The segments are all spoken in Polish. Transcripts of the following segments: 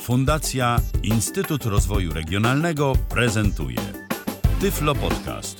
Fundacja Instytut Rozwoju Regionalnego prezentuje Tyflo Podcast.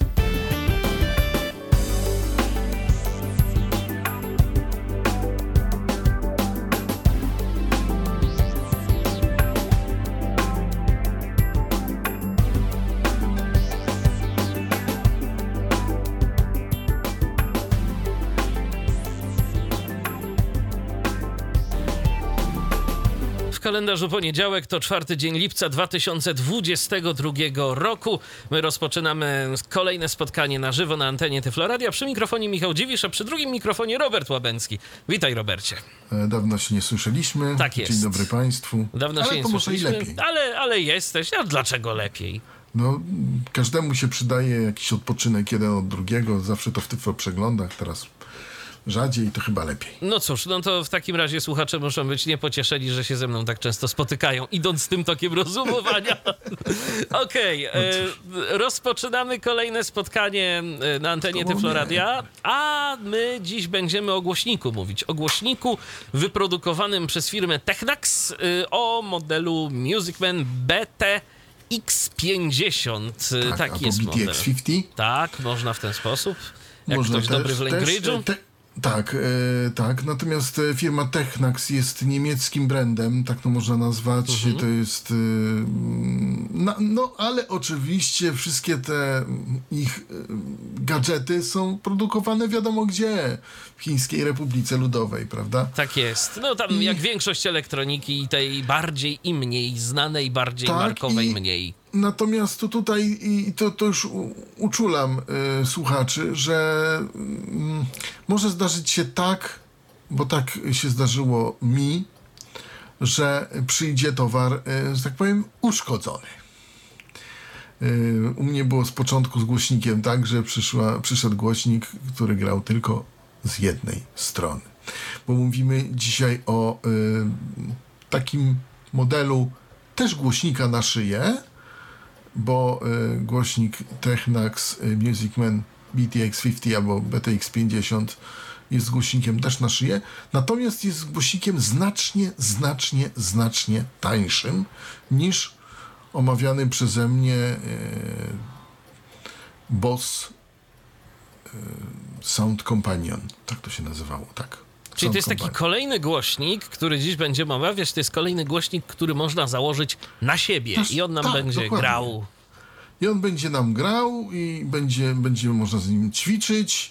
W kalendarzu poniedziałek to 4 dzień lipca 2022 roku. My rozpoczynamy kolejne spotkanie na żywo na antenie Tyflo Radia. Przy mikrofonie Michał Dziwisz, a przy drugim mikrofonie Robert Łabęcki. Witaj, Robercie. Dawno się nie słyszeliśmy. Tak jest. Dzień dobry Państwu. Dawno ale się nie to może i słyszeliśmy, lepiej. ale jesteś. A dlaczego lepiej? No, każdemu się przydaje jakiś odpoczynek jeden od drugiego. Zawsze to w Tyflo przeglądach, teraz rzadziej, to chyba lepiej. No cóż, no to w takim razie słuchacze muszą być niepocieszeni, że się ze mną tak często spotykają, idąc tym tokiem rozumowania. Okej, rozpoczynamy kolejne spotkanie na antenie Tyflo Radia, a my dziś będziemy o głośniku mówić. O głośniku wyprodukowanym przez firmę Technax o modelu Musicman BTX50. Tak jest model. BTX50? Tak, można w ten sposób. Jak Można ktoś dobry w Langridge'u. Tak. Natomiast firma Technax jest niemieckim brandem, tak to można nazwać. To jest... No, ale oczywiście wszystkie te ich gadżety są produkowane wiadomo gdzie. W Chińskiej Republice Ludowej, prawda? Tak jest. No tam jak większość elektroniki, tej bardziej i mniej znanej, bardziej markowej mniej. Natomiast tutaj, i to już uczulam słuchaczy, że może zdarzyć się tak, bo tak się zdarzyło mi, że przyjdzie towar, że tak powiem, uszkodzony. U mnie było z początku z głośnikiem tak, że przyszedł głośnik, który grał tylko z jednej strony. Bo mówimy dzisiaj o takim modelu też głośnika na szyję, bo głośnik Technax Musicman BTX50 albo BTX50 jest głośnikiem też na szyję, natomiast jest głośnikiem znacznie tańszym niż omawiany przeze mnie Boss Sound Companion. Tak to się nazywało, tak. Czyli to jest taki kolejny głośnik, który dziś będziemy omawiać, to jest kolejny głośnik, który można założyć na siebie i on nam będzie dokładnie grał. I on będzie nam grał i będzie można z nim ćwiczyć.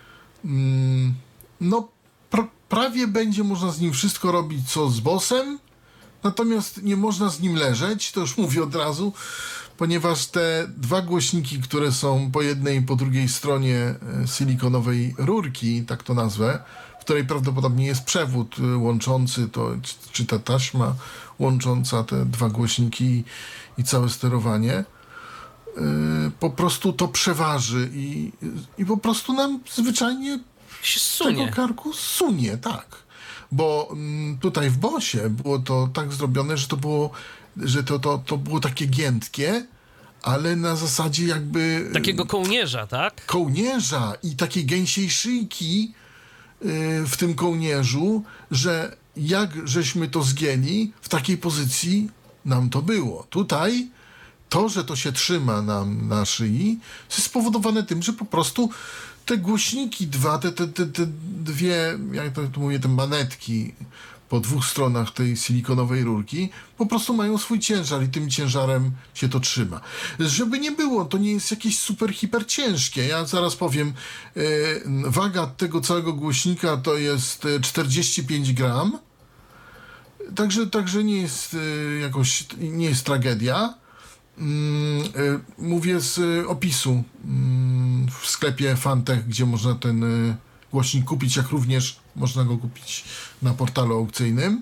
No, prawie będzie można z nim wszystko robić, co z Bossem, natomiast nie można z nim leżeć, to już mówię od razu, ponieważ te dwa głośniki, które są po jednej i po drugiej stronie silikonowej rurki, tak to nazwę, w której prawdopodobnie jest przewód łączący, czy ta taśma łącząca te dwa głośniki i całe sterowanie, po prostu to przeważy i po prostu nam zwyczajnie z tego karku sunie, tak. Bo tutaj w Bossie było to tak zrobione, że to było takie giętkie, ale na zasadzie jakby... Takiego kołnierza, tak? Kołnierza i takiej gęsiej szyjki w tym kołnierzu, że jak żeśmy to zgięli, w takiej pozycji nam to było. Tutaj to, że to się trzyma nam na szyi, jest spowodowane tym, że po prostu te głośniki te dwie, jak to mówię, te manetki po dwóch stronach tej silikonowej rurki po prostu mają swój ciężar i tym ciężarem się to trzyma. Żeby nie było, to nie jest jakieś super, hiper ciężkie. Ja zaraz powiem, waga tego całego głośnika to jest 45 gram, także nie jest jakoś, nie jest tragedia. Mówię z opisu w sklepie Fantech, gdzie można ten głośnik kupić, jak również można go kupić na portalu aukcyjnym.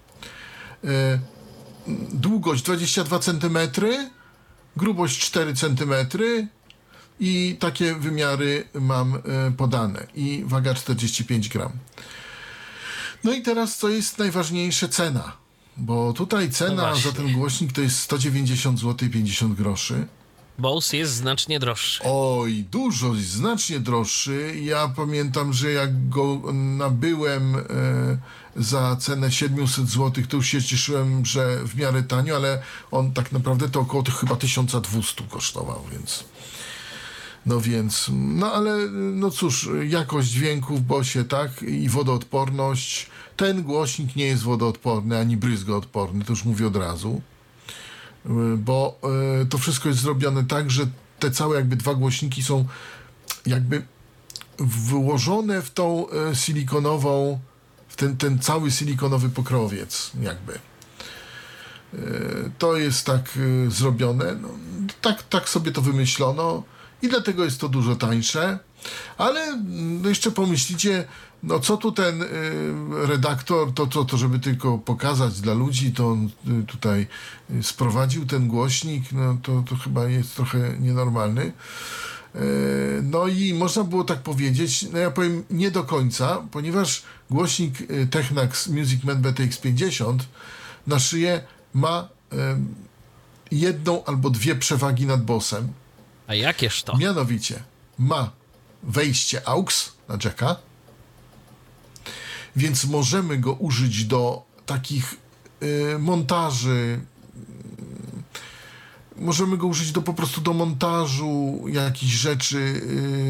Długość 22 cm, grubość 4 cm i takie wymiary mam podane i waga 45 gram. No i teraz co jest najważniejsze? Cena. Bo tutaj cena za ten głośnik to jest 190 zł 50 groszy. Bose jest znacznie droższy. Oj, znacznie droższy. Ja pamiętam, że jak go nabyłem za cenę 700 zł, to już się cieszyłem, że w miarę tanio, ale on tak naprawdę to około chyba 1200 kosztował, więc... No ale no cóż, jakość dźwięku w Bosie, tak, i wodoodporność. Ten głośnik nie jest wodoodporny, ani bryzgoodporny, to już mówię od razu, bo to wszystko jest zrobione tak, że te całe jakby dwa głośniki są jakby włożone w tą silikonową, w ten cały silikonowy pokrowiec jakby. To jest tak zrobione, no, tak sobie to wymyślono. I dlatego jest to dużo tańsze, ale jeszcze pomyślicie, no co tu ten redaktor, to żeby tylko pokazać dla ludzi, to on tutaj sprowadził ten głośnik, no to chyba jest trochę nienormalny. No i można było tak powiedzieć, no ja powiem nie do końca, ponieważ głośnik Technax Musicman BTX50 na szyję ma jedną albo dwie przewagi nad Bosem. A jakież to? Mianowicie ma wejście AUX na jacka, więc możemy go użyć do takich montaży, możemy go użyć po prostu do montażu jakichś rzeczy,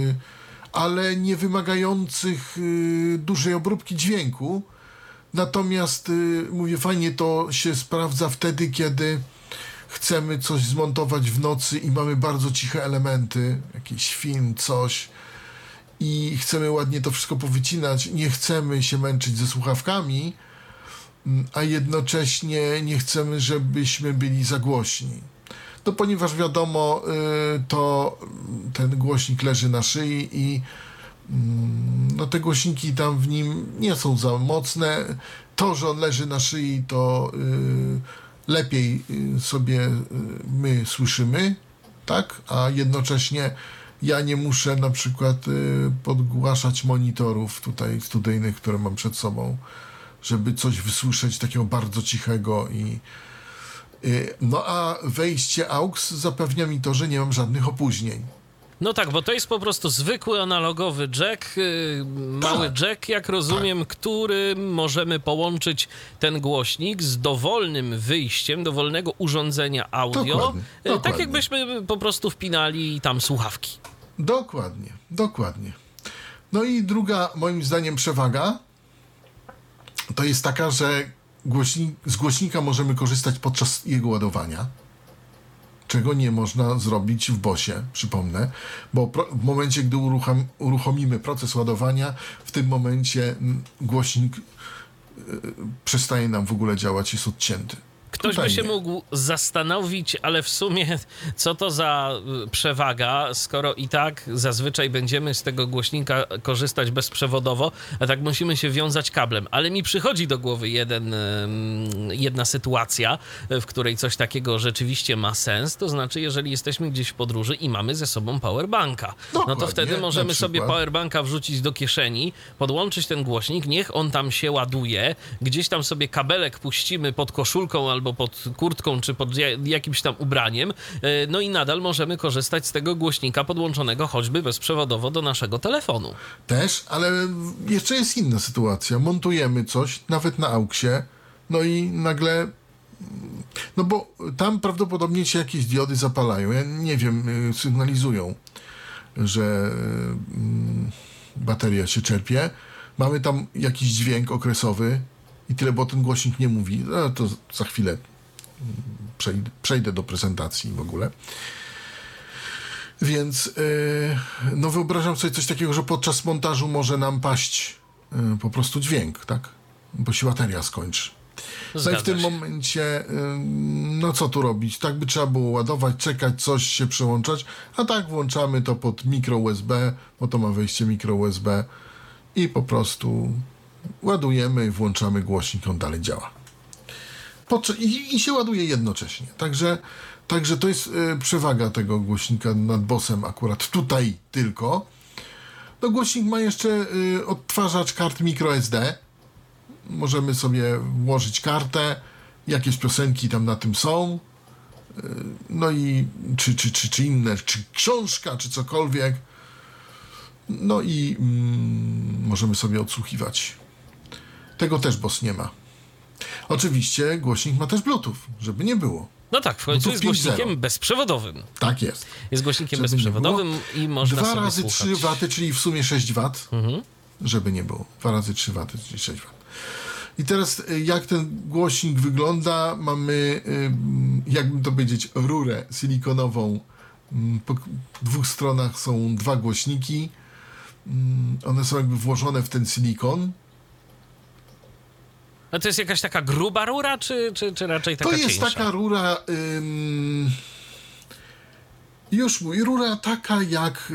ale nie wymagających dużej obróbki dźwięku. Natomiast, mówię, fajnie to się sprawdza wtedy, kiedy chcemy coś zmontować w nocy i mamy bardzo ciche elementy, jakiś film, coś i chcemy ładnie to wszystko powycinać, nie chcemy się męczyć ze słuchawkami, a jednocześnie nie chcemy, żebyśmy byli za głośni. No ponieważ wiadomo, to ten głośnik leży na szyi i no te głośniki tam w nim nie są za mocne. To, że on leży na szyi, to lepiej sobie my słyszymy, tak? A jednocześnie ja nie muszę na przykład podgłaszać monitorów tutaj studyjnych, które mam przed sobą, żeby coś wysłyszeć takiego bardzo cichego i no a wejście AUX zapewnia mi to, że nie mam żadnych opóźnień. No tak, bo to jest po prostu zwykły analogowy jack, mały jack, jak rozumiem, którym możemy połączyć ten głośnik z dowolnym wyjściem, dowolnego urządzenia audio, dokładnie. Tak jakbyśmy po prostu wpinali tam słuchawki. Dokładnie. No i druga, moim zdaniem, przewaga to jest taka, że z głośnika możemy korzystać podczas jego ładowania, czego nie można zrobić w Bosie, przypomnę, bo w momencie, gdy uruchomimy proces ładowania, w tym momencie głośnik przestaje nam w ogóle działać, jest odcięty. Ktoś by się mógł zastanowić, ale w sumie co to za przewaga, skoro i tak zazwyczaj będziemy z tego głośnika korzystać bezprzewodowo, a tak musimy się wiązać kablem. Ale mi przychodzi do głowy jedna sytuacja, w której coś takiego rzeczywiście ma sens, to znaczy jeżeli jesteśmy gdzieś w podróży i mamy ze sobą powerbanka. No to wtedy możemy sobie powerbanka wrzucić do kieszeni, podłączyć ten głośnik, niech on tam się ładuje, gdzieś tam sobie kabelek puścimy pod koszulką albo pod kurtką, czy pod jakimś tam ubraniem, no i nadal możemy korzystać z tego głośnika podłączonego choćby bezprzewodowo do naszego telefonu. Też, ale jeszcze jest inna sytuacja. Montujemy coś, nawet na AUX-ie, no i nagle, no bo tam prawdopodobnie się jakieś diody zapalają. Ja nie wiem, sygnalizują, że bateria się czerpie. Mamy tam jakiś dźwięk okresowy, i tyle, bo ten głośnik nie mówi. No, to za chwilę przejdę do prezentacji w ogóle. Więc no wyobrażam sobie coś takiego, że podczas montażu może nam paść po prostu dźwięk, tak? Bo się bateria skończy. No i w tym momencie no co tu robić? Tak by trzeba było ładować, czekać, coś się przełączać, a tak włączamy to pod mikro USB, bo to ma wejście mikro USB i po prostu ładujemy i włączamy głośnik, on dalej działa. I się ładuje jednocześnie. Także to jest przewaga tego głośnika nad Bosem akurat tutaj tylko. No głośnik ma jeszcze odtwarzacz kart microSD. Możemy sobie włożyć kartę, jakieś piosenki tam na tym są. no i czy inne, czy książka, czy cokolwiek. No i możemy sobie odsłuchiwać. Tego też BOS nie ma. Oczywiście głośnik ma też Bluetooth, żeby nie było. No tak, w końcu jest głośnikiem bezprzewodowym. Tak jest. Jest głośnikiem bezprzewodowym i można 2 sobie razy słuchać. 3 W, czyli w sumie 6 W, żeby nie było. 2 razy 3 W, czyli 6 W. I teraz jak ten głośnik wygląda? Mamy, jakbym to powiedzieć, rurę silikonową. Po 2 stronach są 2 głośniki. One są jakby włożone w ten silikon. A to jest jakaś taka gruba rura, czy raczej taka cieńsza? To jest taka rura, rura taka jak,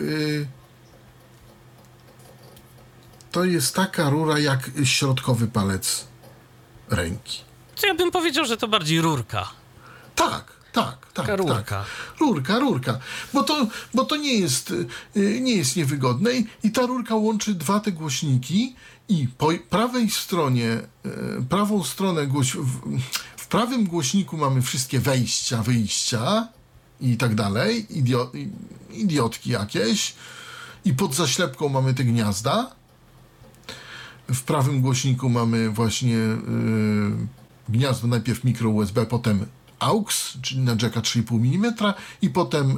to jest taka rura jak środkowy palec ręki. To ja bym powiedział, że to bardziej rurka. Tak. Taka rurka. Tak. Rurka. Bo to nie jest niewygodne i ta rurka łączy 2 te głośniki i po prawej stronie, prawą stronę w prawym głośniku mamy wszystkie wejścia, wyjścia i tak dalej, idiotki jakieś i pod zaślepką mamy te gniazda. W prawym głośniku mamy właśnie gniazdo, najpierw mikro USB, potem AUX, czyli na jacka 3,5 mm i potem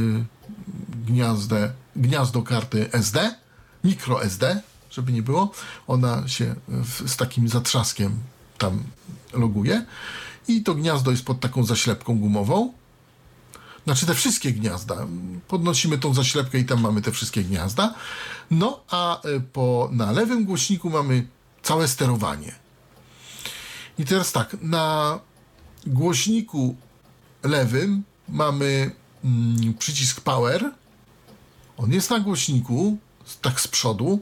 gniazdo karty SD, mikro SD, żeby nie było. Ona się z takim zatrzaskiem tam loguje i to gniazdo jest pod taką zaślepką gumową. Znaczy te wszystkie gniazda. Podnosimy tą zaślepkę i tam mamy te wszystkie gniazda. No a na lewym głośniku mamy całe sterowanie. I teraz tak, na głośniku lewym mamy przycisk power. On jest na głośniku, tak z przodu.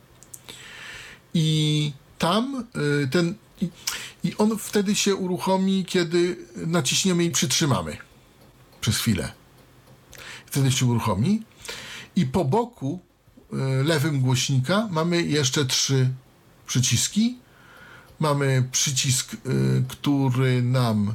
I tam i on wtedy się uruchomi, kiedy naciśniemy i przytrzymamy przez chwilę. Wtedy się uruchomi. I po boku lewym głośnika mamy jeszcze 3 przyciski. Mamy przycisk, który nam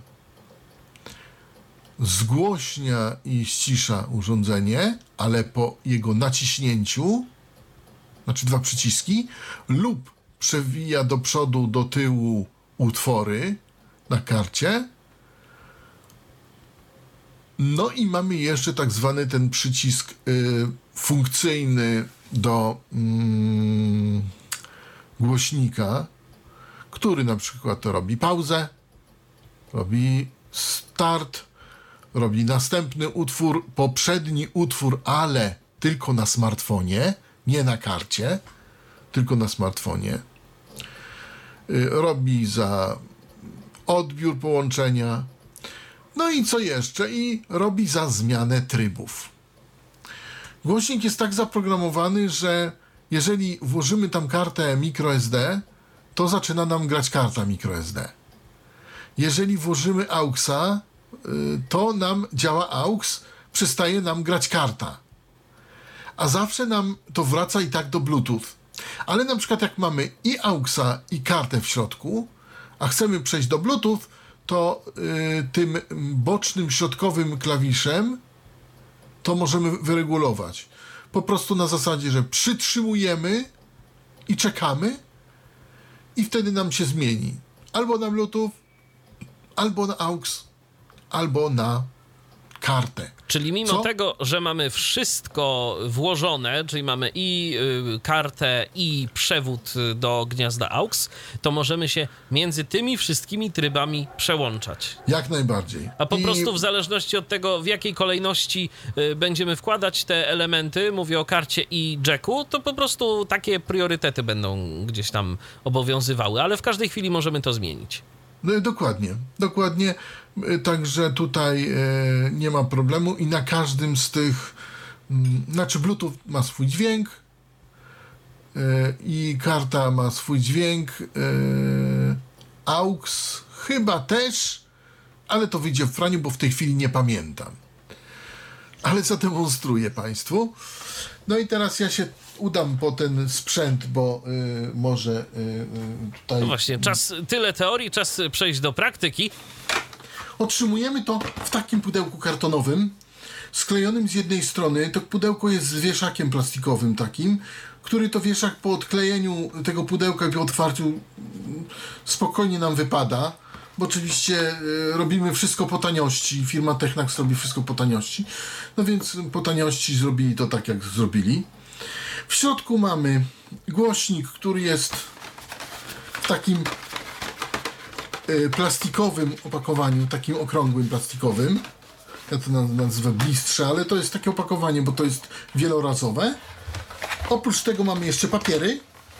zgłośnia i ścisza urządzenie, ale po jego naciśnięciu, znaczy 2 przyciski, lub przewija do przodu, do tyłu utwory na karcie. No i mamy jeszcze tak zwany ten przycisk funkcyjny do głośnika, który na przykład to robi pauzę, robi start, robi następny utwór, poprzedni utwór, ale tylko na smartfonie, nie na karcie, tylko na smartfonie. Robi za odbiór połączenia. No i co jeszcze? I robi za zmianę trybów. Głośnik jest tak zaprogramowany, że jeżeli włożymy tam kartę microSD, to zaczyna nam grać karta microSD. Jeżeli włożymy AUXa, to nam działa AUX, przestaje nam grać karta. A zawsze nam to wraca i tak do Bluetooth. Ale na przykład jak mamy i AUXa, i kartę w środku, a chcemy przejść do Bluetooth, to tym bocznym, środkowym klawiszem to możemy wyregulować. Po prostu na zasadzie, że przytrzymujemy i czekamy i wtedy nam się zmieni. Albo na Bluetooth, albo na AUX, albo na kartę. Czyli mimo tego, że mamy wszystko włożone, czyli mamy i kartę, i przewód do gniazda AUX, to możemy się między tymi wszystkimi trybami przełączać. Jak najbardziej. A po prostu w zależności od tego, w jakiej kolejności będziemy wkładać te elementy, mówię o karcie i jacku, to po prostu takie priorytety będą gdzieś tam obowiązywały, ale w każdej chwili możemy to zmienić. No, dokładnie. Także tutaj nie ma problemu i na każdym z tych, znaczy Bluetooth ma swój dźwięk i karta ma swój dźwięk, AUX chyba też, ale to wyjdzie w praniu, bo w tej chwili nie pamiętam. Ale zademonstruję Państwu. No i teraz ja się udam po ten sprzęt, bo może tutaj... No właśnie, tyle teorii, czas przejść do praktyki. Otrzymujemy to w takim pudełku kartonowym, sklejonym z jednej strony. To pudełko jest z wieszakiem plastikowym takim, który to wieszak po odklejeniu tego pudełka i po otwarciu spokojnie nam wypada, bo oczywiście robimy wszystko po taniości. Firma Technax robi wszystko po taniości. No więc po taniości zrobili to tak, jak zrobili. W środku mamy głośnik, który jest w takim plastikowym opakowaniu, takim okrągłym plastikowym. Ja to nazywam blistrze, ale to jest takie opakowanie, bo to jest wielorazowe. Oprócz tego mamy jeszcze papiery.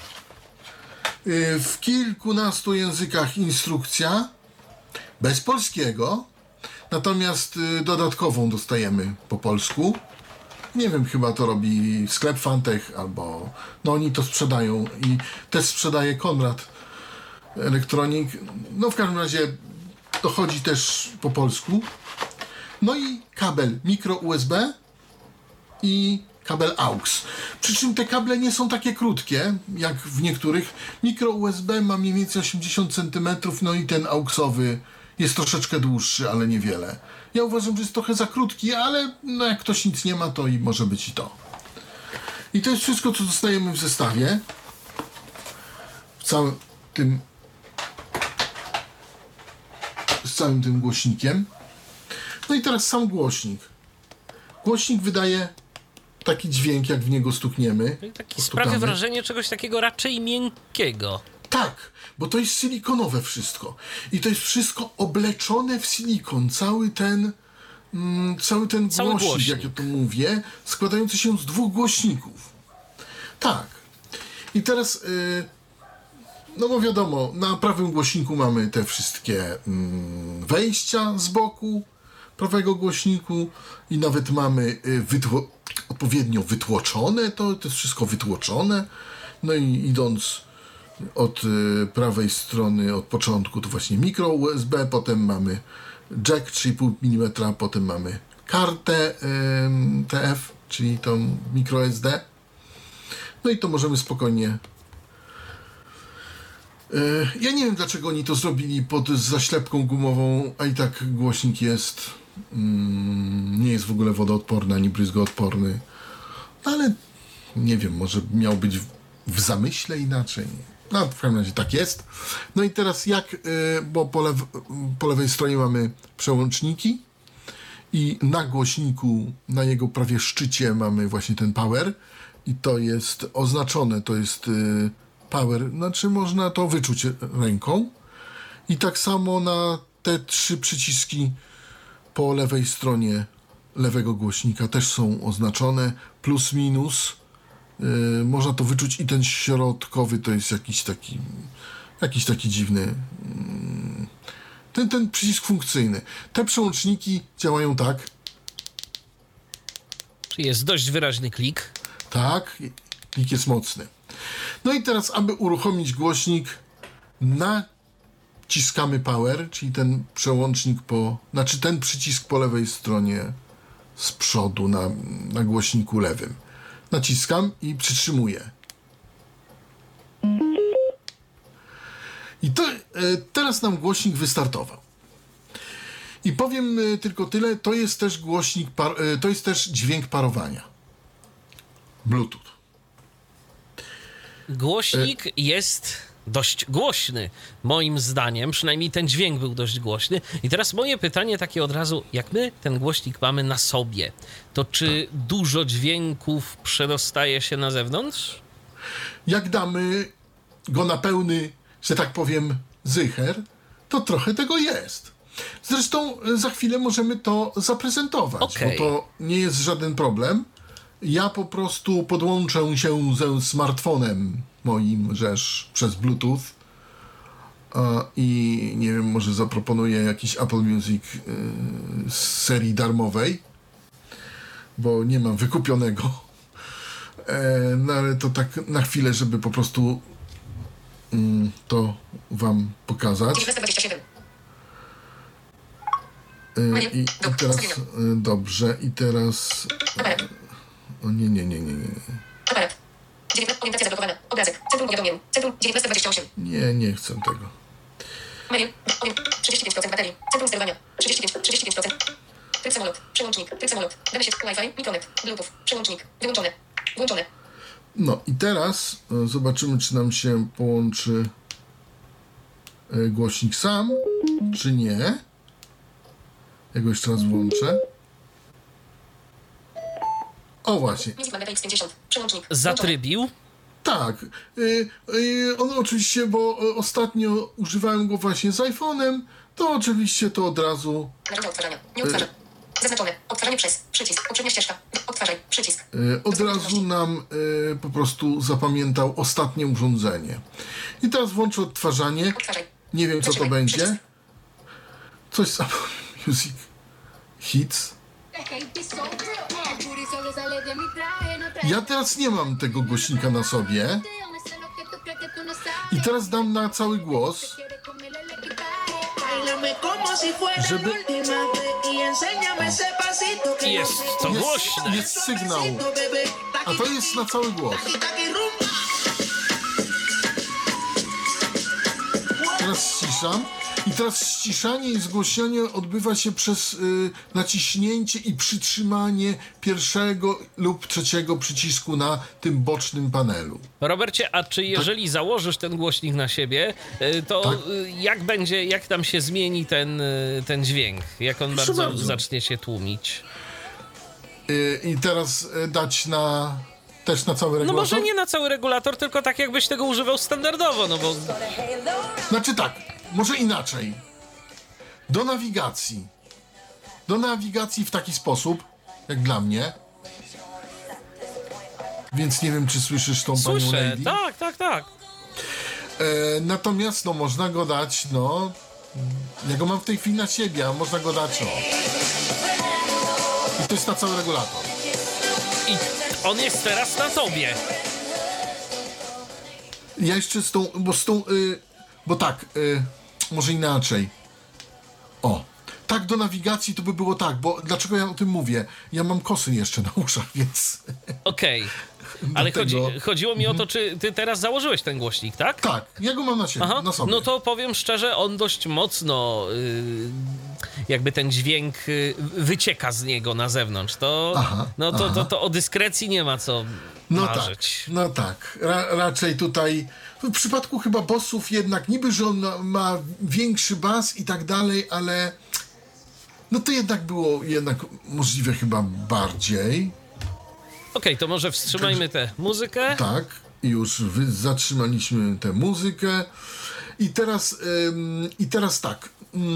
W kilkunastu językach instrukcja, bez polskiego, natomiast dodatkową dostajemy po polsku. Nie wiem, chyba to robi sklep Fantech, albo no oni to sprzedają i też sprzedaje Konrad Elektronik. No w każdym razie dochodzi też po polsku. No i kabel mikro USB i kabel AUX. Przy czym te kable nie są takie krótkie, jak w niektórych. Mikro USB ma mniej więcej 80 cm, no i ten AUXowy jest troszeczkę dłuższy, ale niewiele. Ja uważam, że jest trochę za krótki, ale no jak ktoś nic nie ma, to i może być i to. I to jest wszystko, co dostajemy w zestawie. Z całym tym głośnikiem. No i teraz sam głośnik. Głośnik wydaje taki dźwięk, jak w niego stukniemy. Taki sprawia wrażenie czegoś takiego raczej miękkiego. Tak, bo to jest silikonowe wszystko. I to jest wszystko obleczone w silikon. Cały ten głośnik, jak ja to mówię, składający się z 2 głośników. Tak. I teraz, no bo wiadomo, na prawym głośniku mamy te wszystkie wejścia z boku prawego głośniku i nawet mamy odpowiednio wytłoczone, to jest wszystko wytłoczone. No i idąc od prawej strony, od początku, to właśnie mikro USB, potem mamy jack 3,5 mm, potem mamy kartę TF, czyli tą micro SD. No i to możemy spokojnie. Ja nie wiem, dlaczego oni to zrobili pod zaślepką gumową, a i tak głośnik jest nie jest w ogóle wodoodporny ani bryzgoodporny. Ale nie wiem, może miał być w zamyśle inaczej. No, w każdym razie tak jest. No i teraz bo po lewej stronie mamy przełączniki i na głośniku, na jego prawie szczycie mamy właśnie ten power i to jest oznaczone, to jest power, znaczy można to wyczuć ręką i tak samo na te 3 przyciski po lewej stronie lewego głośnika też są oznaczone, plus, minus. Można to wyczuć i ten środkowy to jest jakiś taki dziwny ten przycisk funkcyjny. Te przełączniki działają tak. Czyli jest dość wyraźny klik. Tak, klik jest mocny. No i teraz, aby uruchomić głośnik, naciskamy power, czyli ten przełącznik ten przycisk po lewej stronie z przodu na głośniku lewym. Naciskam i przytrzymuję. I teraz nam głośnik wystartował. I powiem tylko tyle, to jest też głośnik, to jest też dźwięk parowania. Bluetooth. Głośnik jest dość głośny, moim zdaniem, przynajmniej ten dźwięk był dość głośny. I teraz moje pytanie takie od razu, jak my ten głośnik mamy na sobie, to czy dużo dźwięków przedostaje się na zewnątrz? Jak damy go na pełny, że tak powiem, zycher, to trochę tego jest. Zresztą za chwilę możemy to zaprezentować, bo to nie jest żaden problem. Ja po prostu podłączę się ze smartfonem moim przez Bluetooth i nie wiem, może zaproponuję jakiś Apple Music z serii darmowej, bo nie mam wykupionego. No ale to tak na chwilę, żeby po prostu to wam pokazać. I teraz dobrze, i teraz o nie. Orientacja zablokowana. Obrazek. Centrum powiadomień. Centrum 1928. Nie chcę tego. 35% baterii. Centrum sterowania. 35%. Tryb samolot. Przełącznik. Tryb samolot. DNS, Wi-Fi, Micronet, Bluetooth. Przełącznik. Wyłączone. Włączone. No i teraz zobaczymy, czy nam się połączy głośnik sam, czy nie. Ja go jeszcze raz włączę. O właśnie. Music Magnet X50. Przełącznik. Zatrybił? Tak. On oczywiście, bo ostatnio używałem go właśnie z iPhone'em, to oczywiście to od razu Narzędzia odtwarzania. Nie odtwarza. Zaznaczone. Odtwarzanie przez. Przycisk. Poprzednia ścieżka. Odtwarzaj. Przycisk. od razu nam po prostu zapamiętał ostatnie urządzenie. I teraz włączę odtwarzanie. Odtwarzaj. Nie wiem, co to Zatrzymaj. będzie. Przycisk. Coś z Apple Music Hits. Ja teraz nie mam tego głośnika na sobie. I teraz dam na cały głos, żeby... Jest to głośne. Jest sygnał, a to jest na cały głos. Teraz ściszam. I teraz ściszanie i zgłoszenie odbywa się przez naciśnięcie i przytrzymanie pierwszego lub trzeciego przycisku na tym bocznym panelu. Robercie, a czy jeżeli założysz ten głośnik na siebie, to Tak. jak tam się zmieni ten dźwięk? Jak on Proszę bardzo bardzo. zacznie się tłumić? I teraz dać też na cały No regulator? może nie na cały regulator, tylko tak jakbyś tego używał standardowo, no bo... Znaczy tak, może inaczej. Do nawigacji w taki sposób, jak dla mnie. Więc nie wiem, czy słyszysz tą panią Słyszę, lady. tak. Natomiast no, można go dać, ja go mam w tej chwili na siebie, a można go dać, I to jest na cały regulator. I on jest teraz na tobie. Ja jeszcze może inaczej. Tak do nawigacji to by było tak, bo dlaczego ja o tym mówię? Ja mam kosy jeszcze na uszach, więc... Okej. Ale Dlatego- chodziło mi o to, czy ty teraz założyłeś ten głośnik, tak? Tak, ja go mam na sobie. No to powiem szczerze, on dość mocno jakby ten dźwięk wycieka z niego na zewnątrz. To o dyskrecji nie ma co marzyć. No tak. Raczej tutaj w przypadku chyba bossów jednak niby, że on ma większy bas i tak dalej, ale no to jednak było możliwe chyba bardziej. Okej, to może wstrzymajmy tę muzykę. Tak, już zatrzymaliśmy tę muzykę. I teraz tak.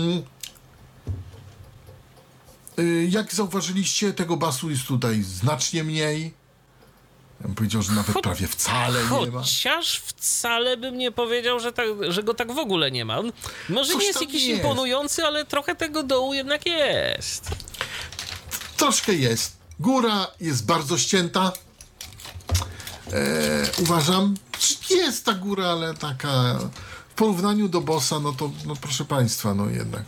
Jak zauważyliście, tego basu jest tutaj znacznie mniej. Ja bym powiedział, że nawet prawie wcale nie ma. Chociaż wcale bym nie powiedział, że go tak w ogóle nie ma. On może Coś nie jest tam jakiś jest. imponujący, ale trochę tego dołu jednak jest. Troszkę jest. Góra jest bardzo ścięta. Uważam. Jest ta góra, ale taka w porównaniu do bossa, proszę państwa, jednak.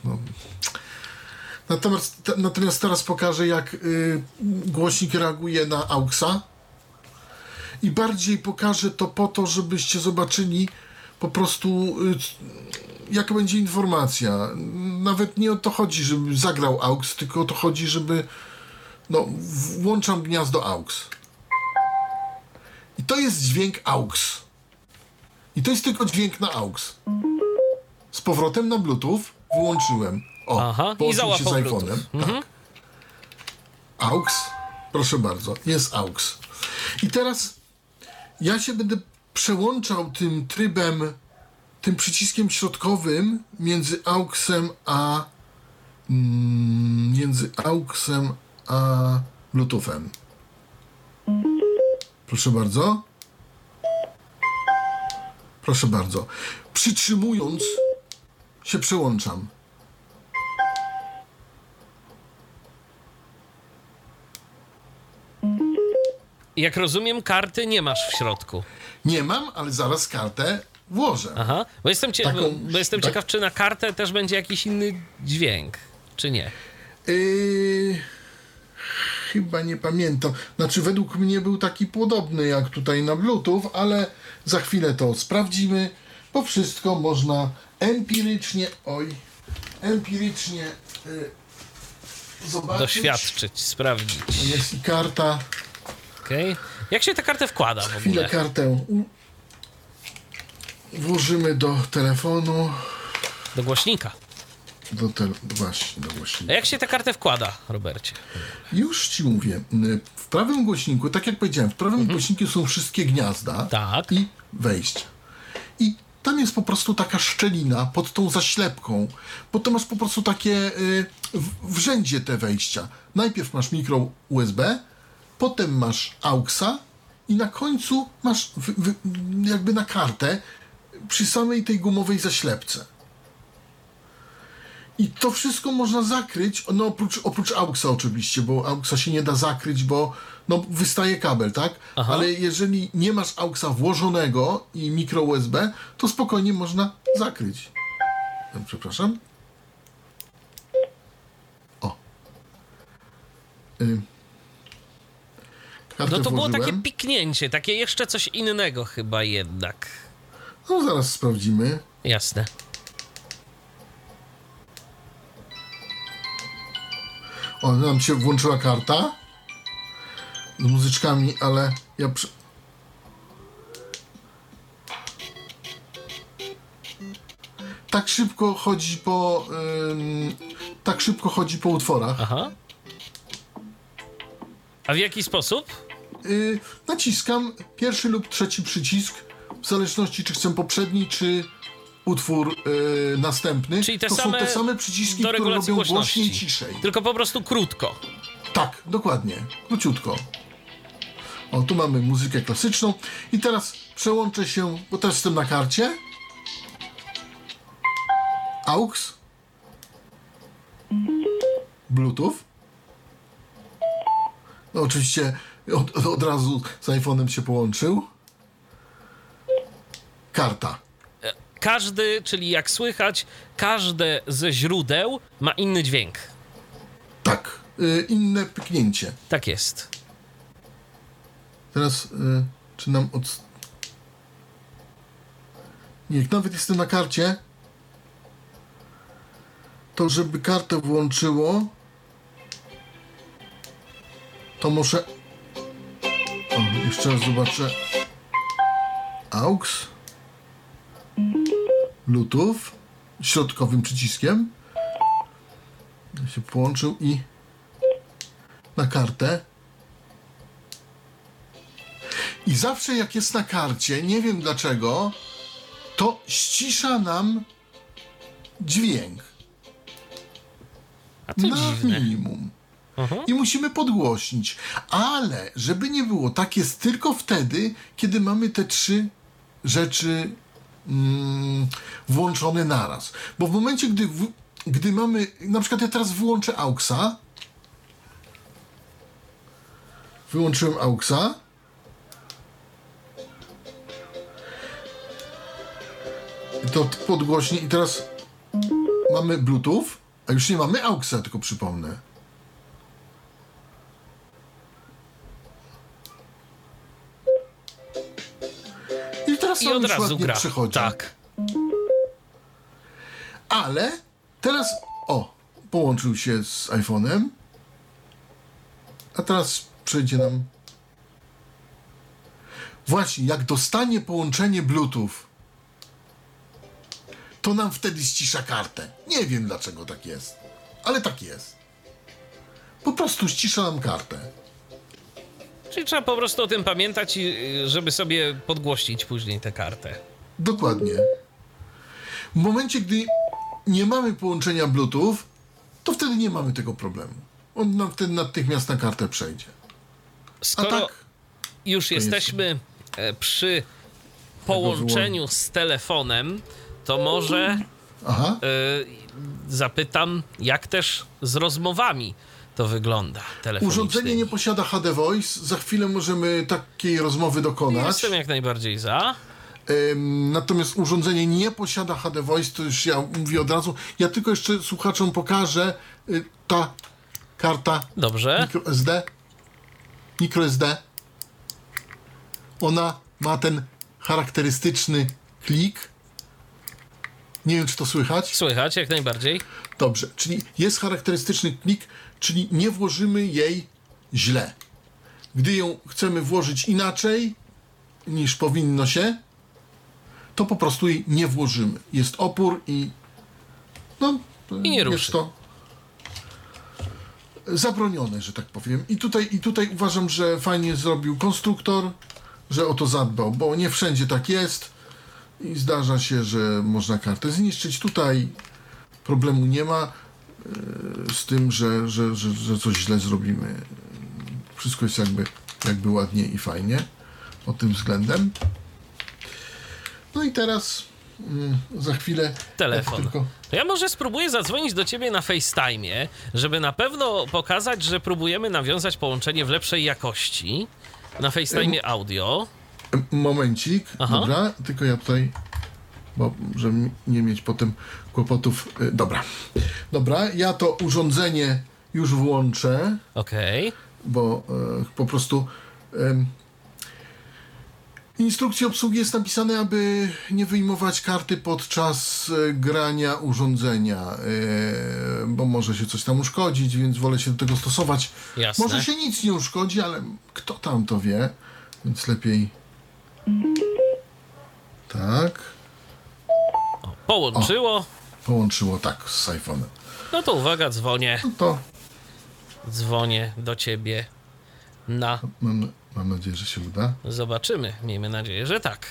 Natomiast teraz pokażę, jak głośnik reaguje na AUXa. I bardziej pokażę to po to, żebyście zobaczyli po prostu, jaka będzie informacja. Nawet nie o to chodzi, żeby zagrał AUX, tylko o to chodzi, żeby... włączam gniazdo AUX. I to jest dźwięk AUX. I to jest tylko dźwięk na AUX. Z powrotem na Bluetooth wyłączyłem. Aha, i połączył się załapał z Bluetooth. iPhone'em. Tak. AUX. Proszę bardzo, jest AUX. I teraz ja się będę przełączał tym trybem, tym przyciskiem środkowym między AUXem a Bluetoothem. Proszę bardzo. Proszę bardzo. Przytrzymując się przełączam. Jak rozumiem, karty nie masz w środku. Nie mam, ale zaraz kartę włożę. Aha, bo jestem tak. ciekaw, czy na kartę też będzie jakiś inny dźwięk, czy nie. Chyba nie pamiętam. Znaczy, według mnie był taki podobny jak tutaj na Bluetooth, ale za chwilę to sprawdzimy, bo wszystko można empirycznie... empirycznie zobaczyć. Doświadczyć, sprawdzić. Jest i karta. Okej. Jak się tę kartę wkłada w Chwilę ogóle? kartę włożymy do telefonu. Do głośnika. Właśnie, do A głośnika. jak się tę kartę wkłada, Robercie? Już ci mówię. W prawym głośniku, tak jak powiedziałem, w prawym głośniku są wszystkie gniazda Tak. i wejścia. I tam jest po prostu taka szczelina pod tą zaślepką, bo to masz po prostu takie w rzędzie te wejścia. Najpierw masz mikro USB, potem masz AUXa i na końcu masz jakby na kartę przy samej tej gumowej zaślepce. I to wszystko można zakryć, no oprócz AUXa oczywiście, bo AUXa się nie da zakryć, bo no, wystaje kabel, tak? Aha. Ale jeżeli nie masz AUXa włożonego i mikro USB, to spokojnie można zakryć. Przepraszam. O. Kartę No to było włożyłem. takie piknięcie, takie jeszcze coś innego chyba jednak. No zaraz sprawdzimy. Jasne. O, nam się włączyła karta z muzyczkami, ale ja tak szybko chodzi po utworach. Aha. A w jaki sposób? Naciskam pierwszy lub trzeci przycisk, w zależności czy chcę poprzedni, czy utwór następny. Czyli to są te same przyciski, do które regulacji robią głośności. głośniej i ciszej. Tylko po prostu krótko. Tak, dokładnie. Króciutko. O, tu mamy muzykę klasyczną. I teraz przełączę się, bo teraz jestem na karcie. AUX. Bluetooth. No oczywiście od razu z iPhone'em się połączył. Karta. Każdy, czyli jak słychać, każde ze źródeł ma inny dźwięk. Tak. Inne pyknięcie. Tak jest. Teraz czy nam Nie, jak nawet jestem na karcie, to żeby kartę włączyło, to muszę... O, jeszcze raz zobaczę. AUX. Bluetooth. Środkowym przyciskiem. Się połączył i na kartę. I zawsze jak jest na karcie, nie wiem dlaczego, to ścisza nam dźwięk. A to Na dziwne. minimum. Aha. I musimy podgłośnić. Ale, żeby nie było, tak jest tylko wtedy, kiedy mamy te trzy rzeczy włączone naraz. Bo w momencie, gdy mamy... Na przykład ja teraz wyłączę AUXa. Wyłączyłem AUXa. To podgłośnie i teraz mamy Bluetooth, a już nie mamy AUXa, tylko przypomnę. I teraz I nam od już razu ładnie gra. przechodzi. Tak. Ale teraz, połączył się z iPhone'em, a teraz przejdzie nam... Właśnie, jak dostanie połączenie Bluetooth, to nam wtedy ścisza kartę. Nie wiem, dlaczego tak jest, ale tak jest. Po prostu ścisza nam kartę. Czyli trzeba po prostu o tym pamiętać, żeby sobie podgłośnić później tę kartę. Dokładnie. W momencie, gdy nie mamy połączenia Bluetooth, to wtedy nie mamy tego problemu. On nam wtedy natychmiast na kartę przejdzie. A Skoro tak, już jesteśmy przy połączeniu z telefonem, to może aha, zapytam, jak też z rozmowami to wygląda telefonicznie. urządzenie nie posiada HD Voice. Za chwilę możemy takiej rozmowy dokonać. Jestem jak najbardziej za. Natomiast urządzenie nie posiada HD Voice, to już ja mówię od razu. Ja tylko jeszcze słuchaczom pokażę ta karta Dobrze. micro SD. Ona ma ten charakterystyczny klik. Nie wiem, czy to słychać. Słychać, jak najbardziej. Dobrze, czyli jest charakterystyczny klik, czyli nie włożymy jej źle. Gdy ją chcemy włożyć inaczej niż powinno się, to po prostu jej nie włożymy. Jest opór i I nie ruszy. jest to zabronione, że tak powiem. I tutaj uważam, że fajnie zrobił konstruktor, że o to zadbał, bo nie wszędzie tak jest i zdarza się, że można kartę zniszczyć. Tutaj problemu nie ma z tym, że coś źle zrobimy. Wszystko jest jakby ładnie i fajnie pod tym względem. No i teraz za chwilę... Telefon. Tylko... To ja może spróbuję zadzwonić do ciebie na FaceTime'ie, żeby na pewno pokazać, że próbujemy nawiązać połączenie w lepszej jakości. Na FaceTime'ie audio. Momencik, Aha. dobra, tylko ja tutaj, bo żeby nie mieć potem kłopotów. Dobra, ja to urządzenie już włączę, Okej. bo po prostu w instrukcji obsługi jest napisane, aby nie wyjmować karty podczas grania urządzenia, bo może się coś tam uszkodzić, więc wolę się do tego stosować. Jasne. Może się nic nie uszkodzi, ale kto tam to wie, więc lepiej... Tak. Połączyło. Połączyło tak z iPhone'em. No to uwaga, dzwonię. No to Dzwonię do ciebie na... mam nadzieję, że się uda. Zobaczymy. Miejmy nadzieję, że tak.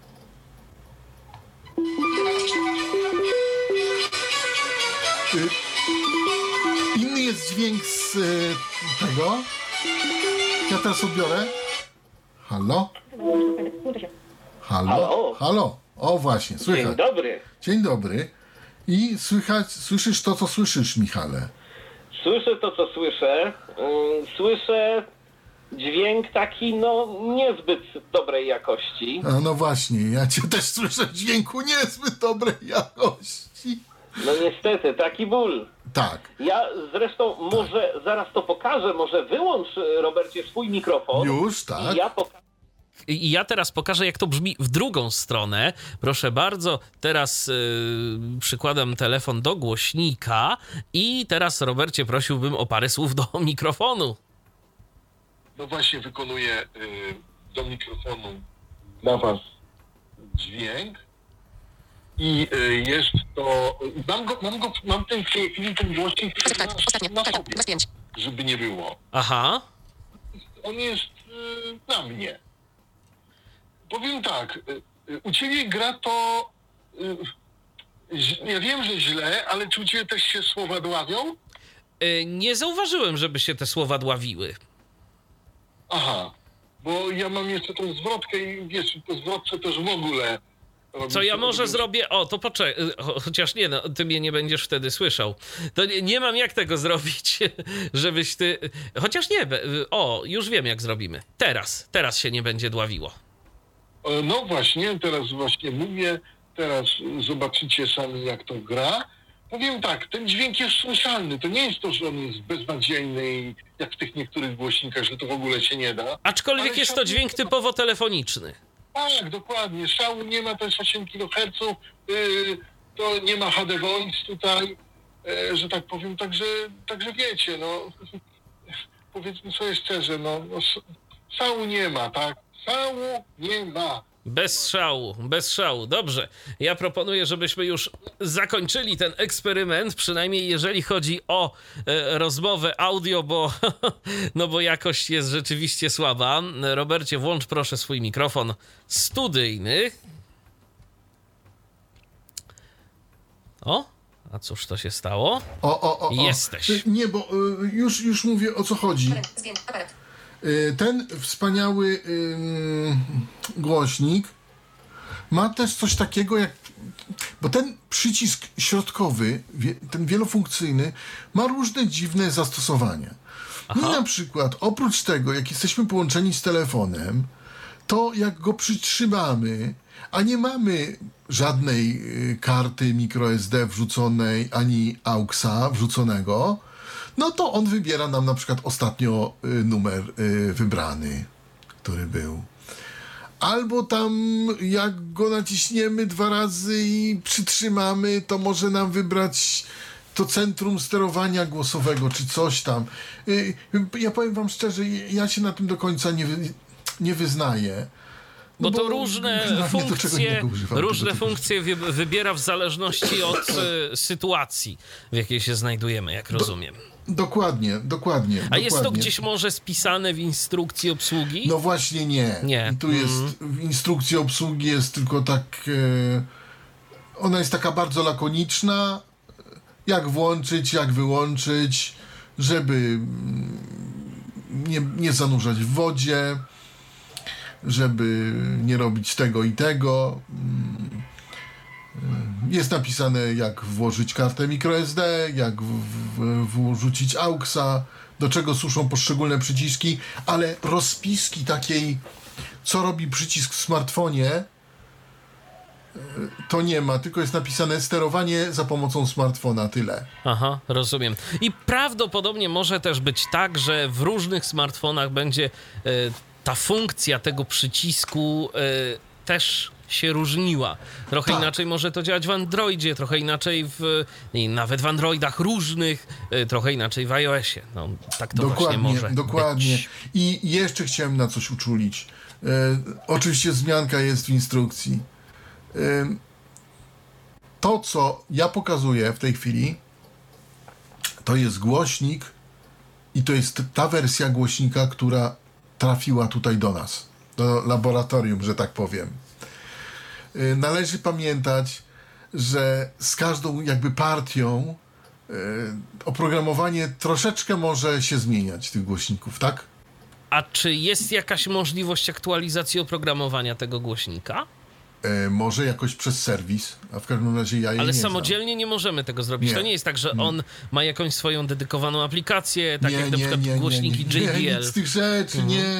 Inny jest dźwięk z tego. Ja teraz odbiorę. Halo? Halo? Halo? Halo? O właśnie, słychać. Dzień dobry. Dzień dobry. I słyszysz to, co słyszysz, Michale. Słyszę to, co słyszę. Słyszę dźwięk taki, niezbyt dobrej jakości. A no właśnie, ja cię też słyszę w dźwięku niezbyt dobrej jakości. No niestety, taki ból. Tak. Ja zresztą może zaraz to pokażę, może wyłącz, Robercie, swój mikrofon. Już, tak. I ja pokażę. I ja teraz pokażę, jak to brzmi w drugą stronę. Proszę bardzo, teraz przykładam telefon do głośnika i teraz, Robercie, prosiłbym o parę słów do mikrofonu. No właśnie wykonuję do mikrofonu dla was dźwięk i jest to... Mam ten w tej chwili ten głośnik Ostatnie. na Telefon. sobie, Bez pięć. żeby nie było. Aha. On jest na mnie. Powiem tak, u ciebie gra to... ja wiem, że źle, ale czy u ciebie też się słowa dławią? Nie zauważyłem, żeby się te słowa dławiły. Aha, bo ja mam jeszcze tą zwrotkę i wiesz, po zwrotce też w ogóle... Co ja może zrobię? O, to poczekaj. Chociaż nie, ty mnie nie będziesz wtedy słyszał. To nie mam jak tego zrobić, żebyś ty... Chociaż nie, już wiem jak zrobimy. Teraz się nie będzie dławiło. No właśnie, teraz właśnie mówię, teraz zobaczycie sami jak to gra. Powiem tak, ten dźwięk jest słyszalny, to nie jest to, że on jest beznadziejny jak w tych niektórych głośnikach, że to w ogóle się nie da. Aczkolwiek Ale jest to dźwięk typowo telefoniczny. Tak, dokładnie, szału nie ma, to jest 8 kHz, to nie ma HD Voice tutaj, że tak powiem, także wiecie, powiedzmy sobie szczerze, szału nie ma, tak, szału nie ma. Bez szału. Dobrze. Ja proponuję, żebyśmy już zakończyli ten eksperyment, przynajmniej jeżeli chodzi o rozmowę audio, bo jakość jest rzeczywiście słaba. Robercie, włącz proszę swój mikrofon studyjny. O, a cóż to się stało? O. Jesteś. Nie, bo już mówię, o co chodzi. Zdjęcie. Aparat. Ten wspaniały głośnik ma też coś takiego jak... Bo ten przycisk środkowy, ten wielofunkcyjny, ma różne dziwne zastosowania. I na przykład, oprócz tego, jak jesteśmy połączeni z telefonem, to jak go przytrzymamy, a nie mamy żadnej karty microSD wrzuconej, ani AUXa wrzuconego, no to on wybiera nam na przykład ostatnio numer wybrany, który był. Albo tam jak go naciśniemy 2 razy i przytrzymamy, to może nam wybrać to centrum sterowania głosowego, czy coś tam. Ja powiem wam szczerze, ja się na tym do końca nie wyznaję. Bo to różne funkcje, funkcje wybiera w zależności od sytuacji, w jakiej się znajdujemy, jak rozumiem. Dokładnie. A jest to gdzieś może spisane w instrukcji obsługi? No właśnie nie. I tu jest, w instrukcji obsługi jest tylko tak, ona jest taka bardzo lakoniczna, jak włączyć, jak wyłączyć, żeby nie zanurzać w wodzie, żeby nie robić tego i tego. Jest napisane, jak włożyć kartę microSD, jak wrzucić AUXa, do czego służą poszczególne przyciski, ale rozpiski takiej, co robi przycisk w smartfonie, to nie ma, tylko jest napisane sterowanie za pomocą smartfona, tyle. Aha, rozumiem. I prawdopodobnie może też być tak, że w różnych smartfonach będzie ta funkcja tego przycisku też się różniła. Trochę inaczej może to działać w Androidzie, trochę inaczej nawet w Androidach różnych, trochę inaczej w iOSie. No, tak to właśnie może być. I jeszcze chciałem na coś uczulić. Oczywiście wzmianka jest w instrukcji. To, co ja pokazuję w tej chwili, to jest głośnik i to jest ta wersja głośnika, która trafiła tutaj do nas, do laboratorium, że tak powiem. Należy pamiętać, że z każdą jakby partią oprogramowanie troszeczkę może się zmieniać tych głośników, tak? A czy jest jakaś możliwość aktualizacji oprogramowania tego głośnika? Może jakoś przez serwis, a w każdym razie ja jej Ale nie samodzielnie znam. nie możemy tego zrobić. To nie jest tak, że on ma jakąś swoją dedykowaną aplikację, tak jak na przykład głośniki JBL. Nie, nic z tych rzeczy,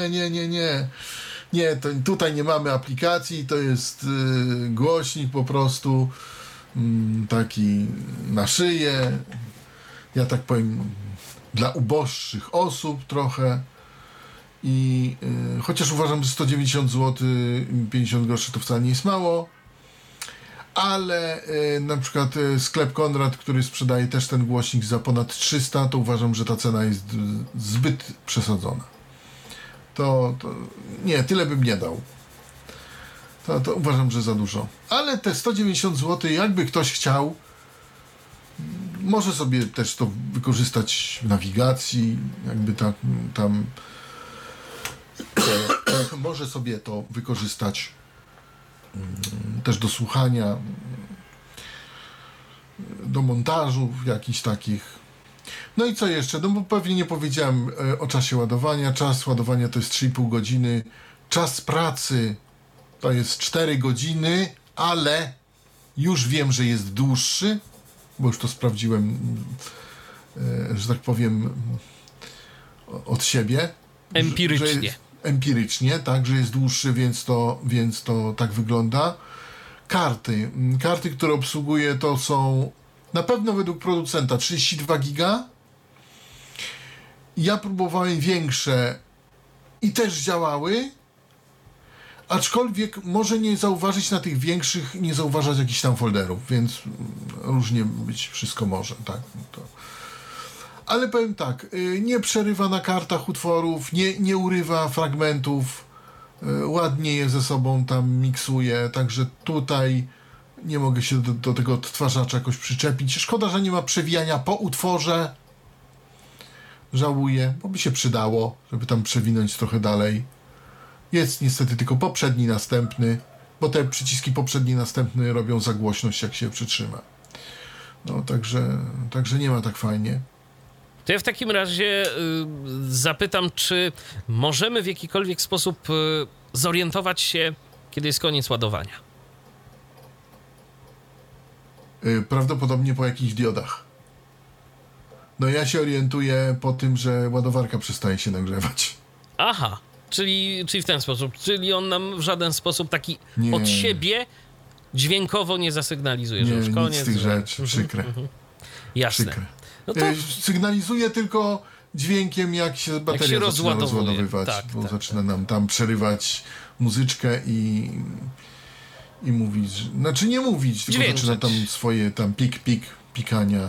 Nie, to tutaj nie mamy aplikacji, to jest głośnik po prostu taki na szyję, ja tak powiem, dla uboższych osób trochę. I chociaż uważam, że 190 zł 50 groszy to wcale nie jest mało, ale na przykład sklep Konrad, który sprzedaje też ten głośnik za ponad 300, to uważam, że ta cena jest zbyt przesadzona. To nie, tyle bym nie dał. To uważam, że za dużo. Ale te 190 zł, jakby ktoś chciał, może sobie też to wykorzystać w nawigacji, jakby tam może sobie to wykorzystać też do słuchania, do montażu jakichś takich. No i co jeszcze? No bo pewnie nie powiedziałem o czasie ładowania. Czas ładowania to jest 3,5 godziny. Czas pracy to jest 4 godziny, ale już wiem, że jest dłuższy, bo już to sprawdziłem, że tak powiem, od siebie. Empirycznie, tak, że jest dłuższy, więc to tak wygląda. Karty, które obsługuję, to są na pewno według producenta 32 giga. Ja próbowałem większe i też działały, aczkolwiek może nie zauważyć na tych większych, nie zauważać jakichś tam folderów, więc różnie być wszystko może, tak. Ale powiem tak, nie przerywa na kartach utworów, nie urywa fragmentów, ładnie je ze sobą tam miksuje, także tutaj nie mogę się do tego odtwarzacza jakoś przyczepić. Szkoda, że nie ma przewijania po utworze. Żałuję, bo by się przydało, żeby tam przewinąć trochę dalej. Jest niestety tylko poprzedni, następny, bo te przyciski poprzedni, następny robią za głośność, jak się przytrzyma. No, także nie ma tak fajnie. To ja w takim razie zapytam, czy możemy w jakikolwiek sposób zorientować się, kiedy jest koniec ładowania? Prawdopodobnie po jakichś diodach. No ja się orientuję po tym, że ładowarka przestaje się nagrzewać. Aha, czyli w ten sposób. Czyli on nam w żaden sposób taki od siebie dźwiękowo nie zasygnalizuje, że już koniec. Nic z tych rzeczy, przykre. Jasne. Przykre. No to... Sygnalizuje tylko dźwiękiem, jak się bateria zaczyna rozładowywać, tak, bo tak, zaczyna nam tam przerywać muzyczkę i mówić, znaczy nie mówić, tylko Dźwięczyć. zaczyna tam swoje tam pikania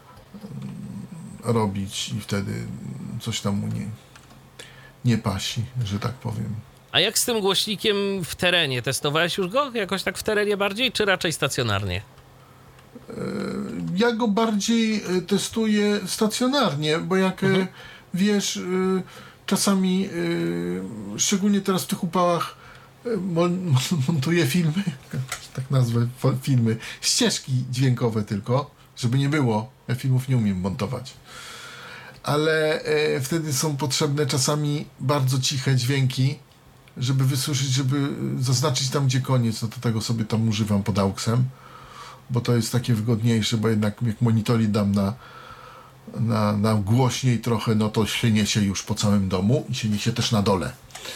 robić i wtedy coś tam mu nie pasi, że tak powiem. A jak z tym głośnikiem w terenie? Testowałeś już go jakoś tak w terenie bardziej, czy raczej stacjonarnie? Ja go bardziej testuję stacjonarnie, bo jak wiesz, czasami, szczególnie teraz w tych upałach, montuję filmy, tak nazwę, filmy, ścieżki dźwiękowe tylko, żeby nie było. Ja filmów nie umiem montować. Ale wtedy są potrzebne czasami bardzo ciche dźwięki, żeby wysłyszeć, żeby zaznaczyć tam, gdzie koniec, no to tego sobie tam używam pod AUX-em, bo to jest takie wygodniejsze, bo jednak jak monitory dam na głośniej trochę, no to się niesie już po całym domu i się niesie też na dole.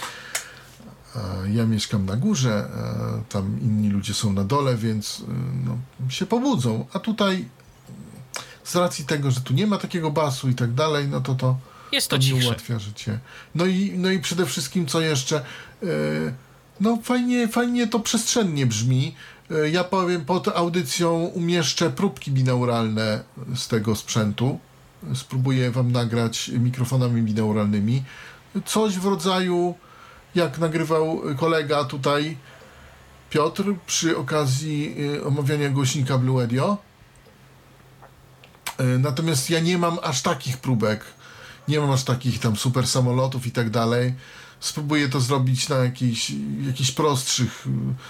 Ja mieszkam na górze, tam inni ludzie są na dole, więc no, się pobudzą. A tutaj z racji tego, że tu nie ma takiego basu i tak dalej, no to Jest to mi cichsze. ułatwia życie. No i przede wszystkim, co jeszcze, no fajnie to przestrzennie brzmi. Ja powiem, pod audycją umieszczę próbki binauralne z tego sprzętu. Spróbuję wam nagrać mikrofonami binauralnymi. Coś w rodzaju, jak nagrywał kolega tutaj, Piotr, przy okazji omawiania głośnika Blue Radio. Natomiast ja nie mam aż takich próbek. Nie mam aż takich tam super samolotów i tak dalej. Spróbuję to zrobić na jakichś prostszych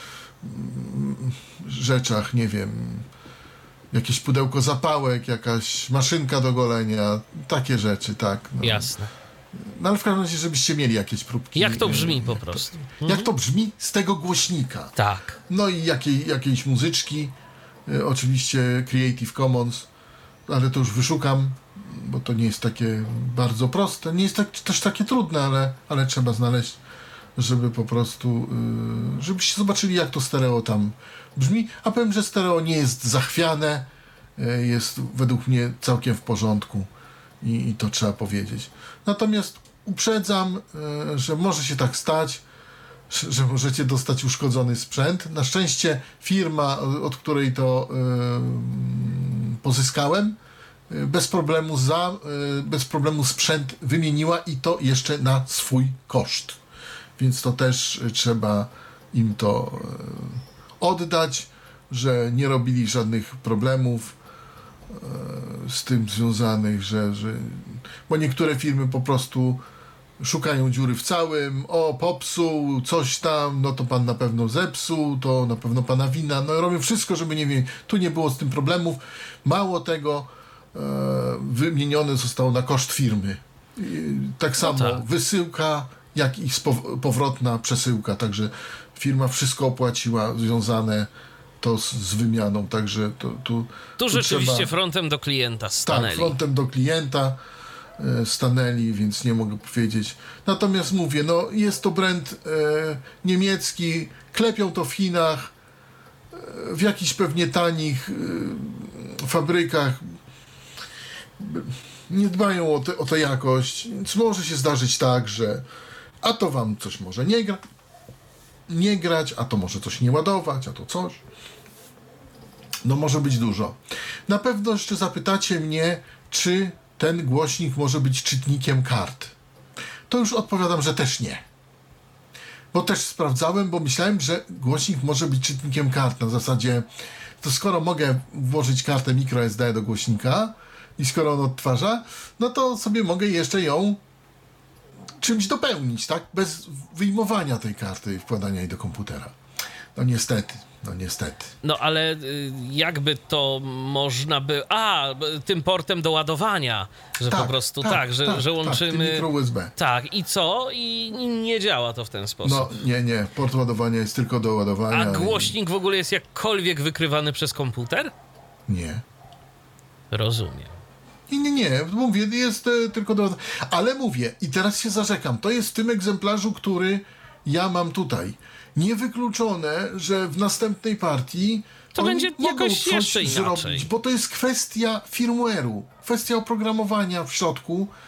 rzeczach, nie wiem, jakieś pudełko zapałek, jakaś maszynka do golenia, takie rzeczy, tak. No. Jasne. No ale w każdym razie, żebyście mieli jakieś próbki. Jak to brzmi po prostu. Jak to brzmi z tego głośnika. Tak. No i jakiejś muzyczki, oczywiście Creative Commons, ale to już wyszukam, bo to nie jest takie bardzo proste, nie jest też takie trudne, ale trzeba znaleźć, żeby po prostu, żebyście zobaczyli, jak to stereo tam brzmi. A powiem, że stereo nie jest zachwiane, jest według mnie całkiem w porządku i to trzeba powiedzieć. Natomiast uprzedzam, że może się tak stać, że możecie dostać uszkodzony sprzęt. Na szczęście firma, od której to pozyskałem, bez problemu sprzęt wymieniła i to jeszcze na swój koszt. Więc to też trzeba im to oddać, że nie robili żadnych problemów z tym związanych, bo niektóre firmy po prostu szukają dziury w całym, popsuł, coś tam, no to pan na pewno zepsuł, to na pewno pana wina, no robią wszystko, żeby tu nie było z tym problemów. Mało tego, wymienione zostało na koszt firmy. Tak samo tak. Wysyłka, jak i powrotna przesyłka, także firma wszystko opłaciła związane to z wymianą, także Tu rzeczywiście trzeba... frontem do klienta stanęli. Tak, frontem do klienta stanęli, więc nie mogę powiedzieć. Natomiast mówię, no jest to brand niemiecki, klepią to w Chinach, w jakichś pewnie tanich fabrykach, nie dbają o tę jakość, więc może się zdarzyć tak, że a to wam coś może nie grać, a to może coś nie ładować, a to coś. No może być dużo. Na pewno jeszcze zapytacie mnie, czy ten głośnik może być czytnikiem kart. To już odpowiadam, że też nie. Bo też sprawdzałem, bo myślałem, że głośnik może być czytnikiem kart. Na zasadzie, to skoro mogę włożyć kartę microSD do głośnika i skoro on odtwarza, no to sobie mogę jeszcze ją czymś dopełnić, tak? Bez wyjmowania tej karty i wkładania jej do komputera. No niestety. No ale jakby to można by... tym portem do ładowania, że po prostu że łączymy... mikro USB. Tak, i co? I nie działa to w ten sposób. No nie. Port ładowania jest tylko do ładowania. A głośnik w ogóle jest jakkolwiek wykrywany przez komputer? Nie. Rozumiem. Nie. Mówię, jest tylko do... Ale mówię, i teraz się zarzekam, to jest w tym egzemplarzu, który ja mam tutaj. Niewykluczone, że w następnej partii to będzie jakoś jeszcze inaczej. Zrobić, bo to jest kwestia firmware'u, kwestia oprogramowania w środku